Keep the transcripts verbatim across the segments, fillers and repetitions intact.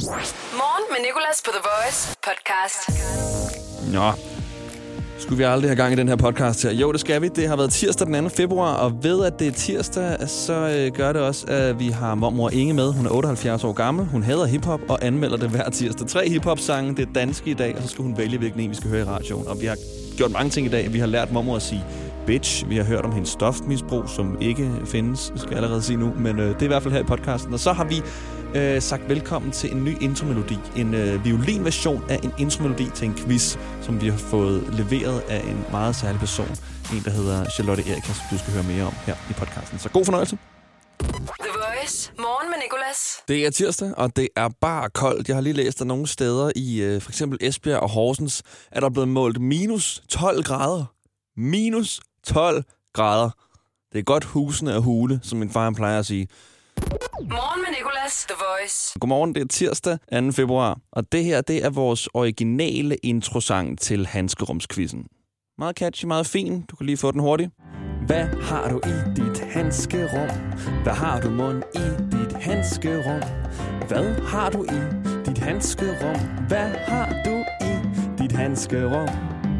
Morgen med Nicolas på The Voice podcast. Nå, skulle vi aldrig have gang i den her podcast her? Jo, det skal vi. Det har været tirsdag den anden februar, og ved at det er tirsdag, så øh, gør det også, at vi har mormor Inge med. Hun er otteoghalvfjerds år gammel, hun hader hiphop og anmelder det hver tirsdag. Tre hiphop-sange, det er danske i dag, og så skal hun vælge, hvilken en vi skal høre i radioen. Og vi har gjort mange ting i dag. Vi har lært mormor at sige bitch. Vi har hørt om hendes stofmisbrug, som ikke findes, skal jeg allerede sige nu. Men øh, det er i hvert fald her i podcasten. Og så har vi øh, sagt velkommen til en ny intromelodi. En øh, violinversion af en intromelodi til en quiz, som vi har fået leveret af en meget særlig person. En, der hedder Charlotte Erika, som du skal høre mere om her i podcasten. Så god fornøjelse. The Voice. Morgen med Nicolas. Det er tirsdag, og det er bare koldt. Jeg har lige læst, at nogle steder i øh, for eksempel Esbjerg og Horsens, er der blevet målt minus tolv grader. Minus tolv grader. Det er godt husene og hule, som min far plejer at sige. Morgen med Nicolas, The Voice. Godmorgen, det er tirsdag anden februar, og det her, det er vores originale introsang til handskerumsquizzen. Meget catchy, meget fin. Du kan lige få den hurtigt. Hvad har du i dit handskerum? Hvad har du mund i dit handskerum? Hvad har du i dit handskerum? Hvad har du i dit handskerum?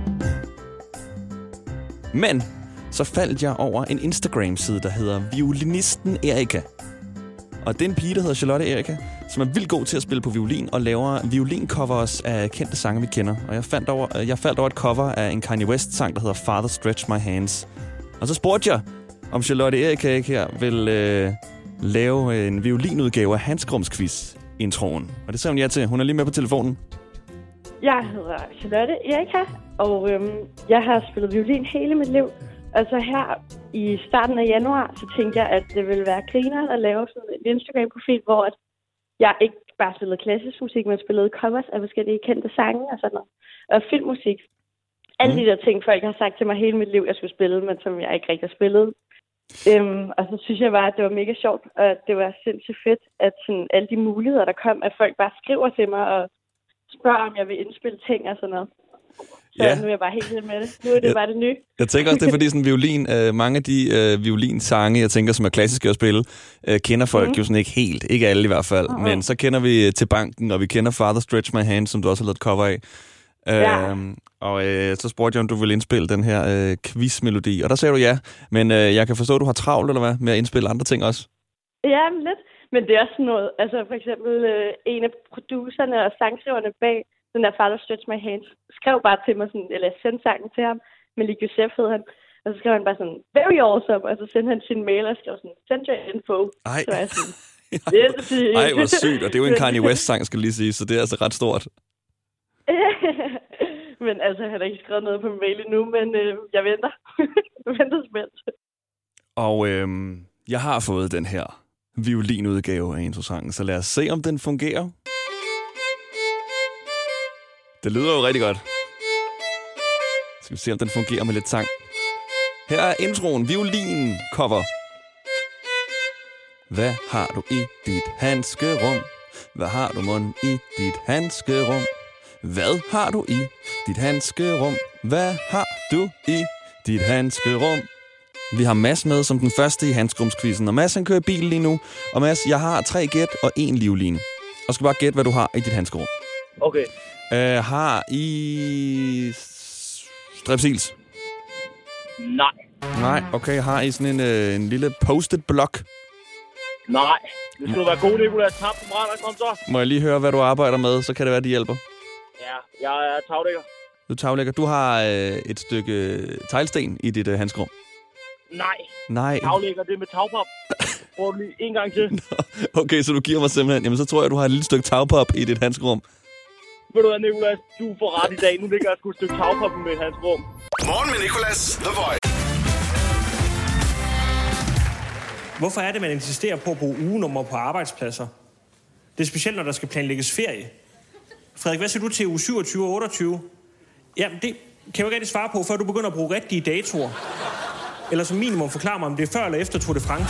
Men så faldt jeg over en Instagram-side, der hedder Violinisten Erika. Og det er en pige, der hedder Charlotte Erika, som er vildt god til at spille på violin og laver violincovers af kendte sange, vi kender. Og jeg, fandt over, jeg faldt over et cover af en Kanye West-sang, der hedder Father Stretch My Hands. Og så spurgte jeg, om Charlotte Erika ikke her vil øh, lave en violinudgave af Handskerumsquiz-introen. Og det sagde hun ja til. Hun er lige med på telefonen. Jeg hedder Charlotte Erika, og øhm, jeg har spillet violin hele mit liv. Og så her i starten af januar, så tænkte jeg, at det ville være grineren at lave sådan en Instagram-profil, hvor at jeg ikke bare spillede klassisk musik, men spillede covers af forskellige kendte sange og sådan noget. Og filmmusik. Alle mm. de der ting, folk har sagt til mig hele mit liv, jeg skulle spille, men som jeg ikke rigtig har spillet. Øhm, og så synes jeg bare, at det var mega sjovt, og det var sindssygt fedt, at sådan, alle de muligheder, der kom, at folk bare skriver til mig og spørger, om jeg vil indspille ting og sådan noget. Så ja. Nu er jeg bare helt med det. Nu er det jeg, bare det nye. Jeg tænker også, det er fordi sådan violin, øh, mange af de øh, violinsange, jeg tænker, som er klassiske at spille, øh, kender folk mm. jo sådan ikke helt. Ikke alle i hvert fald. Uh-huh. Men så kender vi Til Banken, og vi kender Father Stretch My Hands, som du også har lavet cover af. Ja. Øh, og øh, så spurgte jeg, om du ville indspille den her øh, quizmelodi. Og der sagde du ja. Men øh, jeg kan forstå, at du har travlt, eller hvad, med at indspille andre ting også. Ja, lidt. Men det er også noget, altså for eksempel øh, en af producerne og sangskriverne bag den der Father Stretch My Hands, skrev bare til mig sådan, eller sendte sangen til ham, Malik Youssef hed han, og så skrev han bare sådan, very awesome, og så sendte han sin mail og skrev sådan, send your info. Ej. Så jeg sådan, det er så Ej, hvor sygt, og det er jo en Kanye West-sang, skal lige sige, så det er altså ret stort. Men altså, han har ikke skrevet noget på min mail endnu, men øh, jeg venter. jeg venter spændt. Og øh, jeg har fået den her violinudgave af introsangen, så lad os se, om den fungerer. Det lyder jo rigtig godt. Skal vi se, om den fungerer med lidt sang. Her er introen, violin cover. Hvad har du i dit handskerum? Hvad har du mund i dit handskerum? Hvad har du i dit handskerum? Hvad har du i dit handskerum? Vi har Mads med som den første i handskerumsquizzen, og Mads han kører bil lige nu. Og Mads, jeg har tre gæt og en livline. Og skal bare gætte, hvad du har i dit handskerum. Okay. Uh, har I strepsils? Nej. Nej, okay. Har I sådan en, uh, en lille post-it-blok? Nej. Det skulle være god, Nicolas. Tap på brænder, kom så. Må jeg lige høre, hvad du arbejder med, så kan det være, de hjælper. Ja, jeg er taglægger. Du er taglægger. Du har uh, et stykke teglsten i dit uh, handskerum? Nej. Nej. Taglægger, det er med tagpop. Prøv lige en gang til. Okay, så du giver mig simpelthen. Jamen, så tror jeg, du har et lille stykke tagpop i dit handskerum. Ved du hvad, Nicolas? Du får ret i dag. Nu ligger jeg sgu et stykke tagpop med et handskerum. Morgen med Nicolas, The Voice. Hvorfor er det, man insisterer på at bruge ugenummer på arbejdspladser? Det er specielt, når der skal planlægges ferie. Frederik, hvad siger du til uge syvogtyve og otteogtyve? Jamen, det kan jeg jo ikke rigtig svare på, før du begynder at bruge rigtige datoer. Eller som minimum forklare mig, om det er før eller efter Tour de France.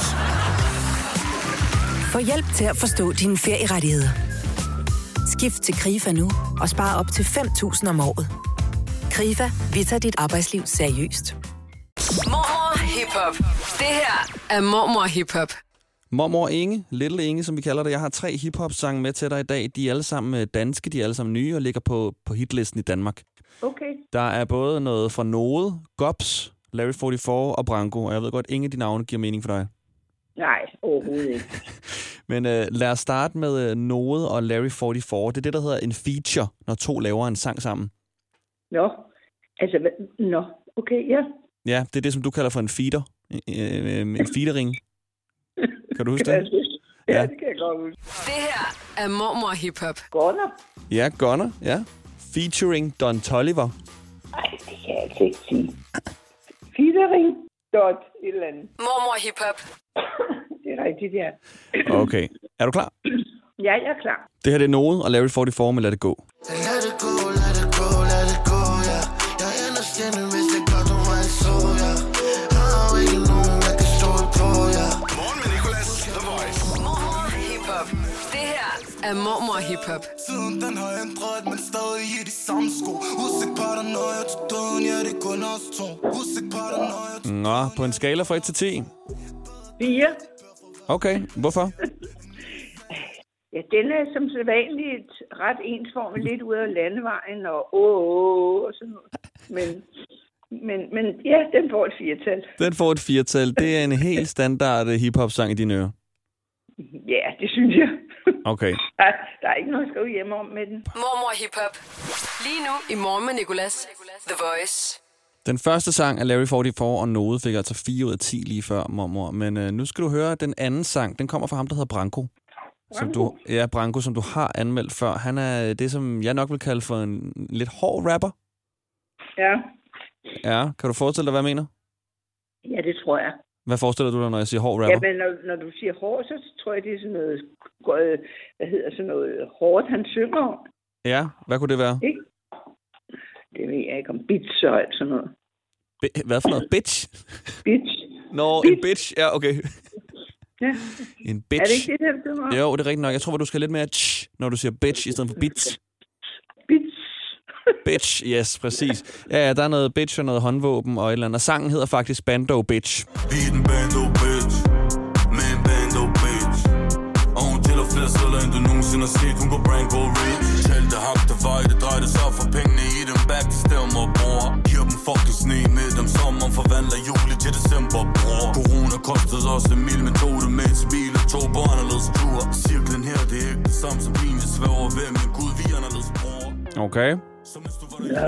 Få hjælp til at forstå dine ferierettigheder. Skift til KRIFA nu og spar op til fem tusind om året. KRIFA, vi tager dit arbejdsliv seriøst. Mormor Hip Hop. Det her er Mormor Hip Hop. Mormor Inge, Little Inge, som vi kalder det. Jeg har tre hiphop-sange med til dig i dag. De er alle sammen danske, de er alle sammen nye og ligger på, på hitlisten i Danmark. Okay. Der er både noget fra Node, Gobs, Larry fireogfyrre og Branko. Og jeg ved godt, ingen af de navne giver mening for dig. Nej, overhovedet ikke. Men øh, lad os starte med øh, Node og Larry fireogfyrre. Det er det, der hedder en feature, når to laver en sang sammen. Nå, altså, nå, okay, ja. Ja, det er det, som du kalder for en feeder. Øh, en feedering. Kan du huske det? Ja, ja, det kan jeg godt huske. Det her er Mormor Hip Hop. Gunner? Ja, Gunner, ja. Featuring Don Toliver. Nej, det kan jeg altså ikke sige. Featuring dot et eller andet. Mormor Hip Hop. Det er rigtigt, ja. Okay. Er du klar? Ja, jeg er klar. Det her det er Node og Larry fireogfyrre med Lad det gå. Lad det gå, lad det gå, lad det gå, ja. Jeg ender stjerne, hvis det gør, du var en så, ja. Har jo ikke nogen, jeg kan stå på, ja. Morgen med Nicolas, The Voice. Mormor Hip Hop. Det her er Mormor Hip Hop. Siden den har ændret, men stadig i de samme sko. Husk på dig, når jeg tog døden, ja, det kun os to. Husk på dig, når jeg tog... Nå, på en skala fra et til ti. Fire. Okay, hvorfor? Ja, den er som sædvanligt ret ensformet, lidt ud af landevejen og åh, åh, og sådan noget. Men, men, men ja, den får et firetal. Den får et firetal. Det er en helt standard hiphop-sang i dine ører. Ja, det synes jeg. Okay. Der, der er ikke noget at skrive hjemme om med den. Mormor Hip Hop. Lige nu i Morgen med Nicolas, The Voice. Den første sang af Larry fireogfyrre og Node fik altså fire ud af ti lige før, mormor. Men øh, nu skal du høre den anden sang. Den kommer fra ham, der hedder Branko. Som du, ja, Branko, som du har anmeldt før. Han er det, som jeg nok vil kalde for en lidt hård rapper. Ja. Ja, kan du forestille dig, hvad jeg mener? Ja, det tror jeg. Hvad forestiller du dig, når jeg siger hård rapper? Ja, men når, når du siger hård, så tror jeg, det er sådan noget, hvad hedder sådan noget hårdt, han synger om. Ja, hvad kunne det være? Ikke? Det ved jeg ikke om bitch og alt sådan noget. Be- hvad for noget? Bitch? Bitch. Nå, bitch. En bitch. Ja, okay. Ja. En bitch. Er det ikke det, der betyder? Jo, det er rigtigt nok. Jeg tror, at du skal lidt mere tsch, når du siger bitch, i stedet for bitch. Bitch. Bitch, yes, præcis. Ja, ja, der er noget bitch og noget håndvåben og et eller andet. Og sangen hedder faktisk Bando Bitch. Vi er den Bando Bitch. Med en Bando Bitch. Og hun tæller flere sædler, end du nogensinde har set. Hun går Branko rich. Talte hakte vej, det drejede sig for pengene i dem. Back til stemmer, bror. Giver dem fucking sne med dem. Sommeren forvandler juli til december, bror. Corona kostede os en mild metode med et smil og to på anderledes tur. Cirklen her, det er ikke det samme som min. Vi svæver ved, men Gud, vi er anderledes, bror. Okay. Ja.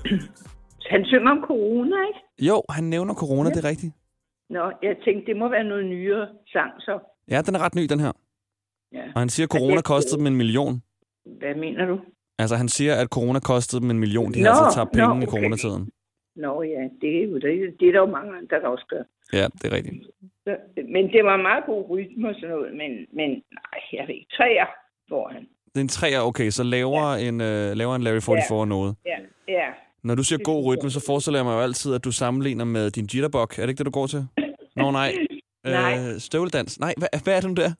Han synger om corona, ikke? Jo, han nævner corona, ja. Det er rigtigt. Nå, jeg tænkte, det må være noget nyere sang, så. Ja, den er ret ny, den her. Ja. Og han siger, at corona kostede dem en million. Hvad mener du? Altså, han siger, at corona kostede dem en million. De har altså tabt penge okay. i coronatiden. Nå ja, det er jo det. Det er der jo mange andre, der også gør. Ja, det er rigtigt. Så, men det var meget god rytme og sådan noget, men, men nej, jeg ved ikke, træer får han. Det er en træer, okay, så laver, ja. en, uh, laver en Larry fireogfyrre ja. Noget. Ja, ja. Når du siger god rytme, så forestiller jeg mig jo altid, at du sammenligner med din jitterbug. Er det ikke det, du går til? Nå, nej. nej. Øh, støvledans. Nej, hvad, hvad er det nu der?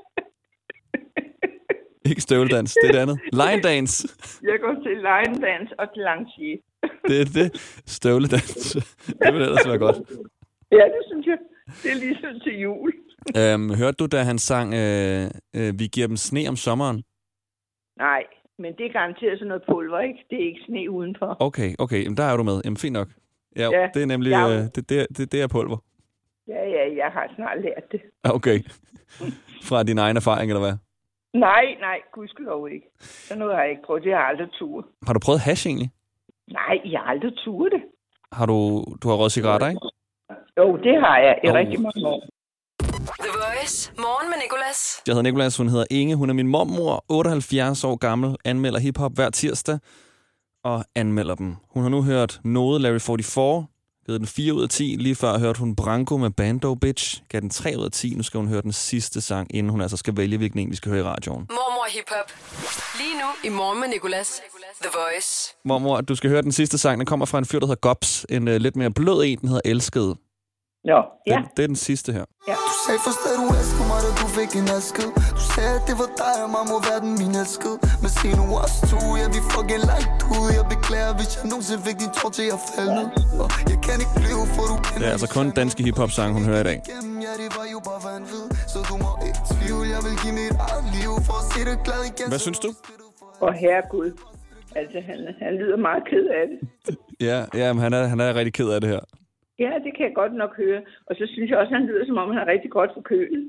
Ikke støvledans, det er det andet. Line dance. Jeg går til line dance og til lancier. Det er det. Støvledans. Det vil ellers være godt. Ja, det synes jeg. Det er ligesom til jul. Øhm, hørte du, da han sang, øh, øh, vi giver dem sne om sommeren? Nej, men det er garanteret sådan noget pulver, ikke? Det er ikke sne udenfor. Okay, okay. Jamen, der er du med. Jamen, fint nok. Ja, ja det er nemlig, ja. øh, det, det, det, det er pulver. Ja, ja, jeg har snart lært det. Okay. Fra din egen erfaring, eller hvad? Nej, nej, gudskelov ikke. Så noget har jeg ikke prøvet. Det har jeg aldrig turet. Har du prøvet hash egentlig? Nej, jeg har aldrig turet det. Har du, du har røget cigaretter, ikke? Jo, det har jeg i oh. rigtig mange år. The Voice. Morgen med Nicolas. Jeg hedder Nicolas, hun hedder Inge. Hun er min mormor, otteoghalvfjerds år gammel, anmelder hiphop hver tirsdag og anmelder dem. Hun har nu hørt Node, Larry fireogfyrre, givet den fire ud af ti. Lige før hørte hun Branko med Bando Bitch, gav den tre ud af ti. Nu skal hun høre den sidste sang, inden hun altså skal vælge, hvilken en vi skal høre i radioen. Mormor Hip Hop. Lige nu i Morgen med Nicolas. The Voice. Mormor, du skal høre den sidste sang. Den kommer fra en fyr, der hedder Gobs. En uh, lidt mere blød en, den hedder Elskede. Jo, ja. Den, det er den sidste her. Ja. Du sagde først, at du elsker mig, da du fik en elsked. Du sagde, at det var dig, og mig må være den min elsked. Men se nu os to, ja, vi fucking langt ud. Jeg beklager, hvis jeg nogensinde fik din tår til at falde ned. Og jeg kan ikke blive, for du kender. Det er altså kun danske hiphop-sang, hun hører i dag. ja, det var jo bare vanvid. Så du må ikke tvivle, jeg vil give mit eget liv for at se dig glad igen. Hvad synes du? Åh, oh, herregud. Altså, han, han lyder meget ked af det. Ja, ja men han er, han er rigtig ked af det her. Ja, det kan jeg godt nok høre. Og så synes jeg også, at han lyder, som om han er rigtig godt forkølet.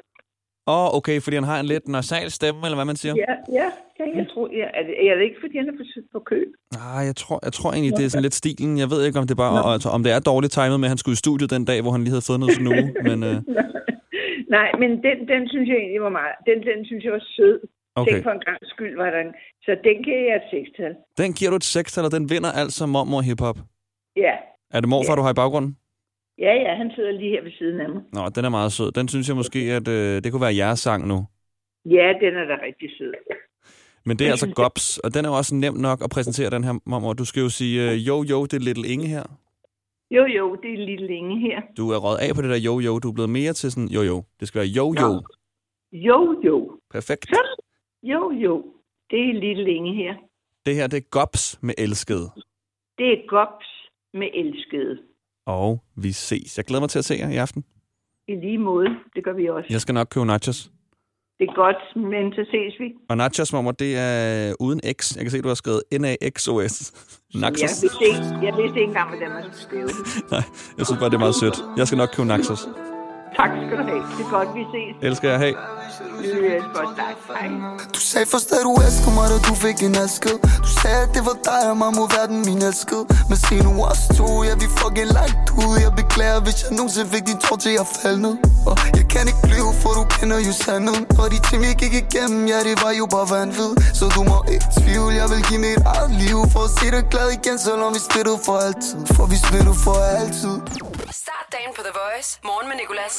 Åh, oh, okay, fordi han har en lidt nasal stemme, eller hvad man siger? Ja, ja, kan jeg tro. Ja, er, det, er det ikke, fordi han er forkølet? Nej, jeg tror, jeg tror egentlig, det er sådan lidt stilen. Jeg ved ikke, om det bare altså, om det er dårligt timet med, at han skulle i studiet den dag, hvor han lige havde fået noget snue. men, øh... Nej, men den, den synes jeg egentlig var meget... Den, den synes jeg var sød. Okay. Tænk for en gang skyld, var der en... Så den giver jeg et sekstal. Den giver du et sekstal, og den vinder altså mormor hiphop. Ja. Er det morfar, ja. du har i baggrunden? Ja, ja, han sidder lige her ved siden af mig. Nå, den er meget sød. Den synes jeg måske, at øh, det kunne være jeres sang nu. Ja, den er da rigtig sød. Men det er altså Gobs, og den er jo også nem nok at præsentere, den her mormor. Du skal jo sige, øh, jo, jo, det er Little Inge her. Jo, jo, det er Little Inge her. Du er røget af på det der jo, jo. Du er blevet mere til sådan, jo, jo. Det skal være jo, jo. Jo, jo. Perfekt. Så, jo, jo. Det er Little Inge her. Det her, det er Gobs med elskede. Det er Gobs med elskede. Og vi ses. Jeg glæder mig til at se jer i aften. I lige måde. Det gør vi også. Jeg skal nok købe nachos. Det er godt, men så ses vi. Og nachos, mormor, det er uden X. Jeg kan se, du har skrevet N A X O S. Nachos. Jeg vidste ikke, jeg vidste ikke engang, hvordan man skulle skrive det. Nej, jeg synes bare, det er meget sødt. Jeg skal nok købe nachos. Tak skal du have. Det er godt, vi ses. Elsker jeg, hej. Det er godt, tak. Hej. Du sagde først, at du elsker mig, da du fik en asket. Du sagde, at det var dig, og mig mod verden min elskede. Men se nu os to, ja, vi fucking langt ud. Jeg beklager, hvis jeg nogensinde fik din tår til at falde ned. Og jeg kan ikke blive, for du kender jo sandheden. Og de ting, vi gik igennem, ja, det var jo bare vanvid. Så du må ikke tvivle, jeg vil give mit eget liv for at se dig glad igen, selvom vi splittede for altid. For vi splittede for altid. Start dagen på The Voice. Morgen med Nicolas.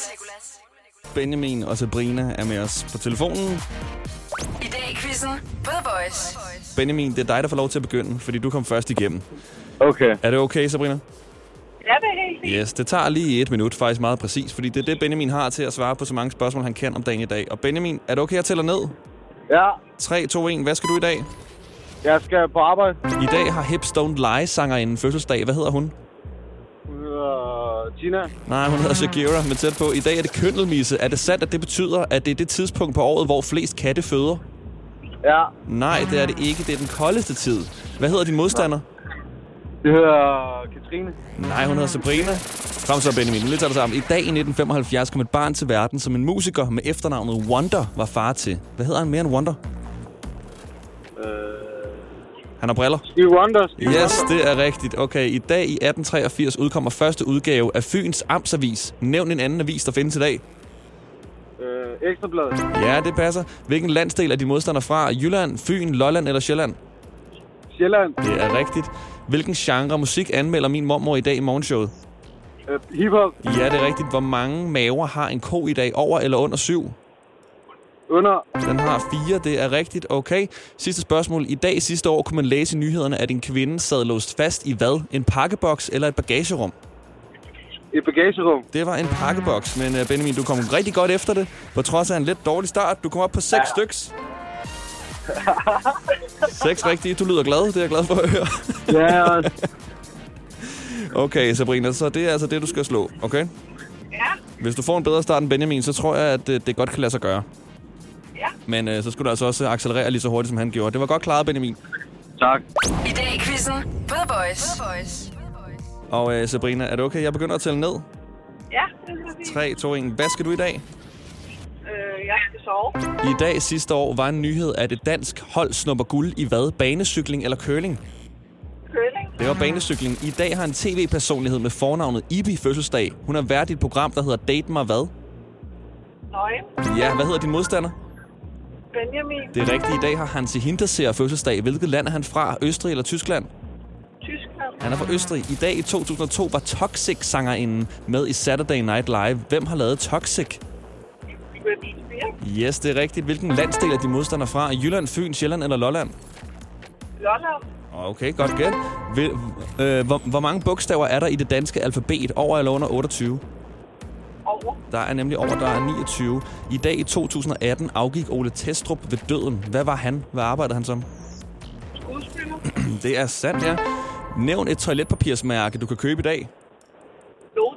Benjamin og Sabrina er med os på telefonen. I dag i quizzen på The Voice. Benjamin, det er dig, der får lov til at begynde, fordi du kom først igennem. Okay. Er det okay, Sabrina? Ja, det er helt fint. Yes, det tager lige et minut, faktisk meget præcis, fordi det er det, Benjamin har til at svare på så mange spørgsmål, han kan om dagen i dag. Og Benjamin, er det okay, at jeg tæller ned? Ja. tre, to, et. Hvad skal du i dag? Jeg skal på arbejde. I dag har Hips Don't Lie-sangerinden fødselsdag. Hvad hedder hun? Uh, Tina. Nej, hun hedder Shakira, men tæt på. I dag er det køndelmisse. Er det sandt, at det betyder, at det er det tidspunkt på året, hvor flest katte føder? Ja. Nej, det er det ikke. Det er den koldeste tid. Hvad hedder din modstander? Det hedder Katrine. Nej, hun hedder Sabrina. Kom så, Benjamin. Nu lidt tager det sammen. I dag i nitten femoghalvfjerds kom et barn til verden, som en musiker med efternavnet Wonder var far til. Hvad hedder han mere end Wonder? Uh... Han har briller. Steve Wonder. Steve Yes, Wonder. det er rigtigt. Okay, i dag i atten treogfirs udkommer første udgave af Fyns Amtsavis. Nævn en anden avis, der findes i dag. Øh, Ekstrabladet. Ja, det passer. Hvilken landsdel er de modstandere fra? Jylland, Fyn, Lolland eller Sjælland? Sjælland. Det er rigtigt. Hvilken genre musik anmelder min mormor i dag i morgenshowet? Øh, hiphop. Ja, det er rigtigt. Hvor mange maver har en ko i dag? Over eller under syv? Under. Den har fire, det er rigtigt. Okay. Sidste spørgsmål. I dag sidste år kunne man læse i nyhederne, at en kvinde sad låst fast i hvad? En pakkeboks eller et bagagerum? Et bagagerum. Det var en pakkeboks, men uh, Benjamin, du kom rigtig godt efter det. På trods af en lidt dårlig start. Du kom op på seks ja. styks. Seks rigtige. Du lyder glad. Det er jeg glad for at høre. Ja, også. Okay, Sabrina, så det er altså det, du skal slå, okay? Ja. Hvis du får en bedre start end Benjamin, så tror jeg, at det, det godt kan lade sig gøre. Ja. Men øh, så skulle du altså også accelerere lige så hurtigt, som han gjorde. Det var godt klaret, Benjamin. Tak. I dag i quizzen på The Voice. Og øh, Sabrina, er det okay, jeg begynder at tælle ned? Ja, det er fint. tre, to, et. Hvad skal du i dag? Øh, jeg skal sove. I dag sidste år var en nyhed, at et dansk hold snupper guld i hvad? Banecykling eller curling? Curling. Det var banecykling. I dag har en tv-personlighed med fornavnet Ibi fødselsdag. Hun er vært i et program, der hedder Date mig hvad? Nøgen. Ja, hvad hedder din modstander? Benjamin. Det er rigtigt. I dag har Hansi Hinterseer fødselsdag. Hvilket land er han fra? Østrig eller Tyskland? Tyskland. Han er fra Østrig. I dag i to tusind og to var Toxic-sangerinden med i Saturday Night Live. Hvem har lavet Toxic? Britney Spears. Yes, det er rigtigt. Hvilken landsdel er de modstander fra? Jylland, Fyn, Sjælland eller Lolland? Lolland. Okay, godt gæt. Vil, øh, hvor, hvor mange bogstaver er der i det danske alfabet? Over eller under otteogtyve? Over. Der er nemlig over, der er niogtyve. I dag i to tusind og atten afgik Ole Testrup ved døden. Hvad var han? Hvad arbejdede han som? Skuespiller. Det er sandt, ja. Nævn et toiletpapirsmærke, du kan købe i dag. Lotus.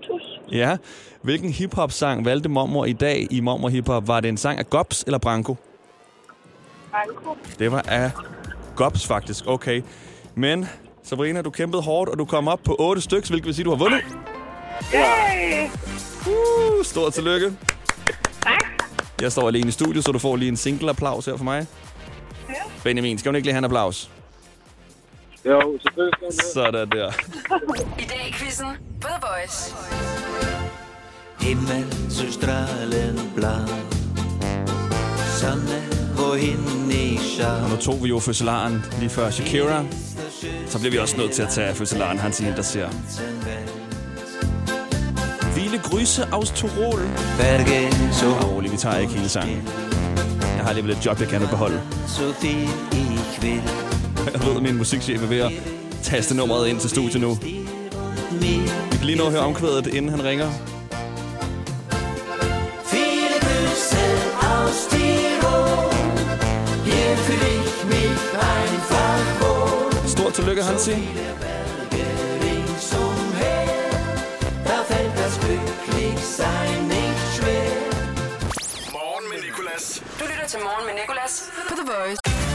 Ja. Hvilken hiphop-sang valgte mormor i dag i Mormor Hiphop? Var det en sang af Gobs eller Branko? Branko. Det var af Gobs, faktisk. Okay. Men, Sabrina, du kæmpede hårdt, og du kom op på otte stykker, hvilket vil sige, du har vundet. Yay! Uh, stort tillykke. Tak. Jeg står alene i studiet, så du får lige en single applaus her for mig. Ja. Benjamin, skal hun ikke lige have en applaus? Jo, selvfølgelig. Sådan der. I dag i quizzen på The Voice. Himmel så strålende blå, solen på hende i sjø. Og nu tog vi jo fødselaren lige før Shakira. Så bliver vi også nødt til at tage fødselaren, han siger, der siger. Hvile Grüße aus Tirol. Så roligt, vi tager ikke hele sangen. Jeg har alligevel et job, jeg kan beholde. Jeg ved, at min musikchef er ved at taste nummeret ind til studiet nu. Vi kan lige nå at høre omkvædet, inden han ringer. Stort tillykke, Hansi. Morgen med Nicolas. Du lytter til Morgen med Nicolas på The Voice.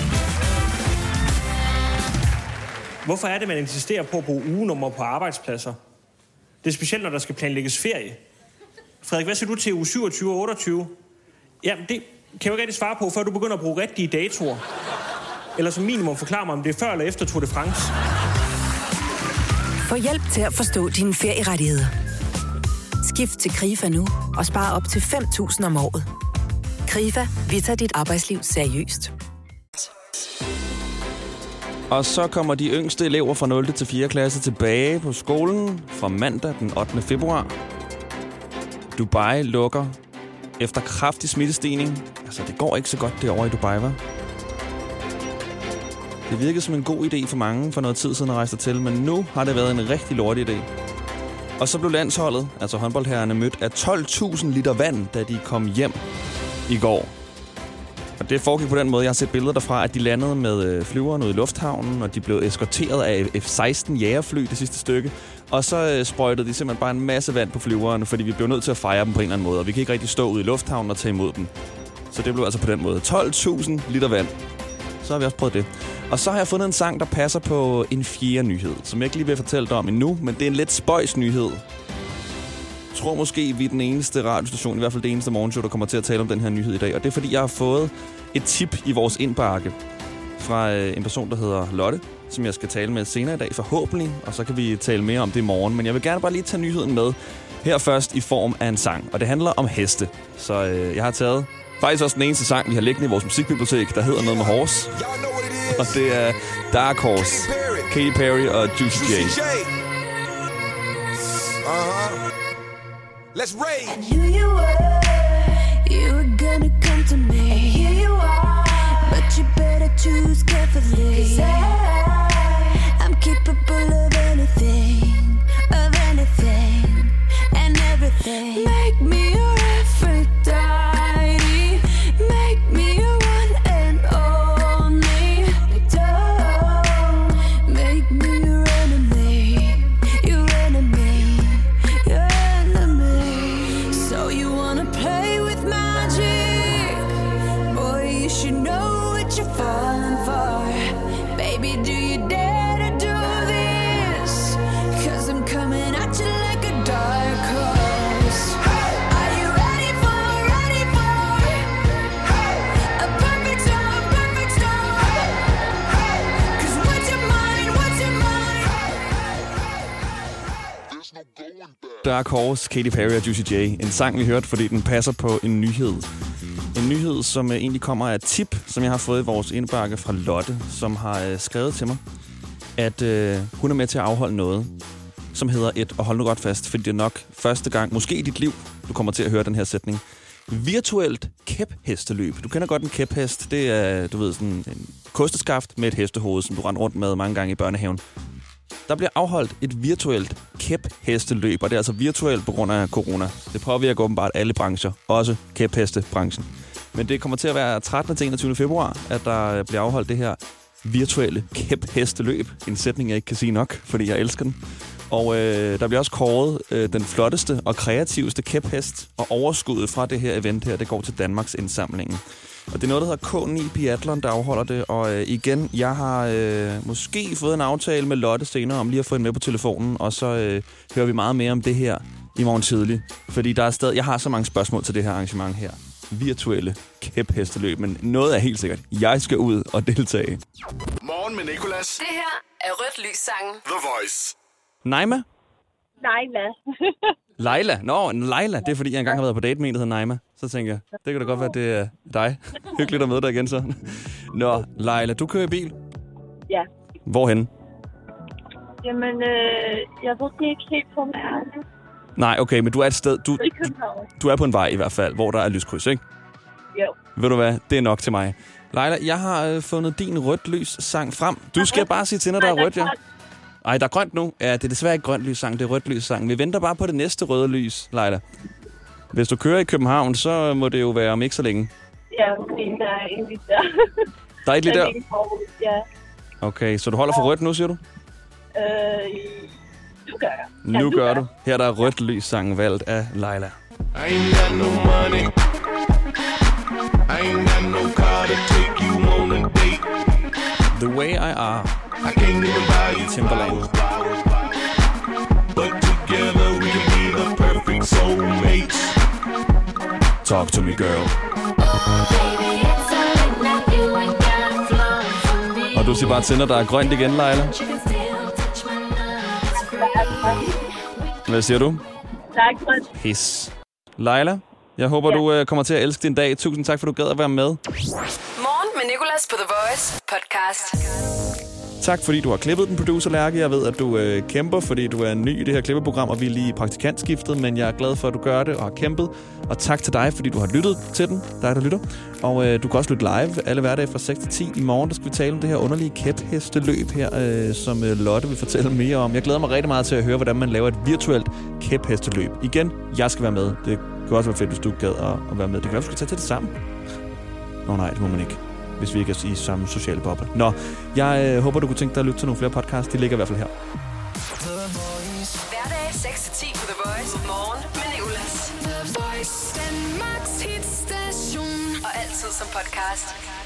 Hvorfor er det, man insisterer på at bruge ugenummer på arbejdspladser? Det er specielt, når der skal planlægges ferie. Frederik, hvad siger du til uge syvogtyve og otteogtyve? Jamen, det kan jeg jo ikke rigtig svare på, før du begynder at bruge rigtige datoer. Eller som minimum forklare mig, om det er før eller efter Tour de France. Få hjælp til at forstå dine ferierettigheder. Skift til Krifa nu og spar op til fem tusind om året. Krifa, vi tager dit arbejdsliv seriøst. Og så kommer de yngste elever fra nul til fjerde klasse tilbage på skolen fra mandag den ottende februar. Dubai lukker efter kraftig smittestigning. Altså, det går ikke så godt derovre i Dubai, hva'? Det virkede som en god idé for mange for noget tid siden at rejse til, men nu har det været en rigtig lortig idé. Og så blev landsholdet, altså håndboldherrerne, mødt af tolv tusind liter vand, da de kom hjem i går. Og det foregik på den måde, jeg har set billeder derfra, at de landede med flyveren ude i lufthavnen, og de blev eskorteret af F seksten jagerfly det sidste stykke. Og så sprøjtede de simpelthen bare en masse vand på flyveren, fordi vi blev nødt til at fejre dem på en eller anden måde, og vi kan ikke rigtig stå ude i lufthavnen og tage imod dem. Så det blev altså på den måde. tolv tusind liter vand. Så har vi også prøvet det. Og så har jeg fundet en sang, der passer på en fjerde nyhed, som jeg ikke lige vil fortælle dig om endnu, men det er en lidt spøjs nyhed. Jeg tror måske, vi er den eneste radiostation, i hvert fald det eneste morgenshow, der kommer til at tale om den her nyhed i dag. Og det er, fordi jeg har fået et tip i vores indbakke fra en person, der hedder Lotte, som jeg skal tale med senere i dag, forhåbentlig. Og så kan vi tale mere om det i morgen. Men jeg vil gerne bare lige tage nyheden med her først i form af en sang. Og det handler om heste. Så øh, jeg har taget faktisk også den eneste sang, vi har liggende i vores musikbibliotek, der hedder noget med horse. Og det er Dark Horse, Katy Perry og Juicy J. Uh-huh. Let's rage. And here you were, you were gonna come to me. And here you are, but you better choose carefully. 'Cause I, I'm capable of anything, of anything, and everything. Make me your Aphrodite, make me your one and only. Don't make me your enemy, your enemy, your enemy. So you wanna play with magic? Boy, you should know what you're falling for. Baby, do you dare to do this? 'Cause I'm coming at you like a dark horse. Are you ready for, ready for a perfect storm, perfect storm? 'Cause what's your mind, what's your mind? Dark Horse, Katy Perry og Juicy J. En sang, vi hørte, fordi den passer på en nyhed. En nyhed, som uh, egentlig kommer af et tip, som jeg har fået i vores indbakke fra Lotte, som har uh, skrevet til mig, at uh, hun er med til at afholde noget, som hedder et, og hold nu godt fast, fordi det er nok første gang, måske i dit liv, du kommer til at høre den her sætning, virtuelt kæphesteløb. Du kender godt en kæphest. Det er, du ved, sådan en kosteskaft med et hestehoved, som du render rundt med mange gange i børnehaven. Der bliver afholdt et virtuelt kæphesteløb, og det er altså virtuelt på grund af corona. Det påvirker åbenbart alle brancher, også kæphestebranchen. Men det kommer til at være trettende til enogtyvende februar, at der bliver afholdt det her virtuelle kæphesteløb. En sætning, jeg ikke kan sige nok, fordi jeg elsker den. Og øh, der bliver også kåret øh, den flotteste og kreativste kæphest, og overskuddet fra det her event her, det går til Danmarks indsamlingen. Og det er noget, der hedder K ni Biathlon, der afholder det. Og øh, igen, jeg har øh, måske fået en aftale med Lotte senere om lige at få hende med på telefonen, og så øh, hører vi meget mere om det her i morgen tidlig. Fordi der er stadig, jeg har så mange spørgsmål til det her arrangement her. Virtuelle kæphesteløb, men noget er helt sikkert. Jeg skal ud og deltage. Morgen med Nicolas. Det her er Rødt Lys-sangen. The Voice. Naima? Leila. Leila? Nå, Leila. Det er fordi, jeg engang har været på date med en, der hedder Naima. Så tænker jeg, det kan da godt være, det er dig. Hyggeligt at møde dig igen så. Nå, Leila, du kører i bil? Ja. Hvorhen? Jamen, øh, jeg ved det ikke helt på mig. Nej, okay, men du er et sted... Du, I København. du er på en vej i hvert fald, hvor der er lyskryds, ikke? Jo. Ved du hvad? Det er nok til mig. Leila, jeg har øh, fundet din Rødt Lys-sang frem. Du skal bare sige til, når der er rødt, ja. Ej, der er grønt nu. Ja, det er desværre ikke grønt lys-sang, det er Rødt Lys-sang. Vi venter bare på det næste røde lys, Leila. Hvis du kører i København, så må det jo være om ikke så længe. Ja, fordi der er egentlig der. Der er ikke lige der? Ja. Okay, så du holder for rødt nu, siger du? Øh, nu gør jeg. Ja, Nu gør du. Her der er Rødt Lys-sangen valgt af Leila. I ain't got no money. I ain't got no car to take you on a date. The Way I Are. I can't even buy you Timberland. But together we can be the perfect soulmates. Talk to me, girl. Og du siger bare til, når der er grønt igen, Leila. Hvad siger du? Der er grønt. Pis. Leila, jeg håber, ja. du uh, kommer til at elske din dag. Tusind tak, for du gad at være med. Morgen med Nicolas på The Voice podcast. Tak, fordi du har klippet den, producer Lærke. Jeg ved, at du øh, kæmper, fordi du er ny i det her klippeprogram, og vi er lige praktikantskiftet, men jeg er glad for, at du gør det og har kæmpet. Og tak til dig, fordi du har lyttet til den, dig der lytter. Og øh, du kan også lytte live alle hverdage fra seks til ti. I morgen der skal vi tale om det her underlige kæphesteløb her, øh, som øh, Lotte vil fortælle mere om. Jeg glæder mig rigtig meget til at høre, hvordan man laver et virtuelt kæphesteløb. Igen, jeg skal være med. Det kan også være fedt, hvis du gad at, at være med. Det kan være, du skal tage til det sammen. Nå nej, det må man ikke, hvis vi ikke er i samme sociale boble. Nå, jeg øh, håber, du kunne tænke dig at lytte til nogle flere podcasts. De ligger i hvert fald her. Hverdag seks til ti på The Voice. Morgen med Nicolas. The Voice. Danmarks hitstation. Og altid som podcast.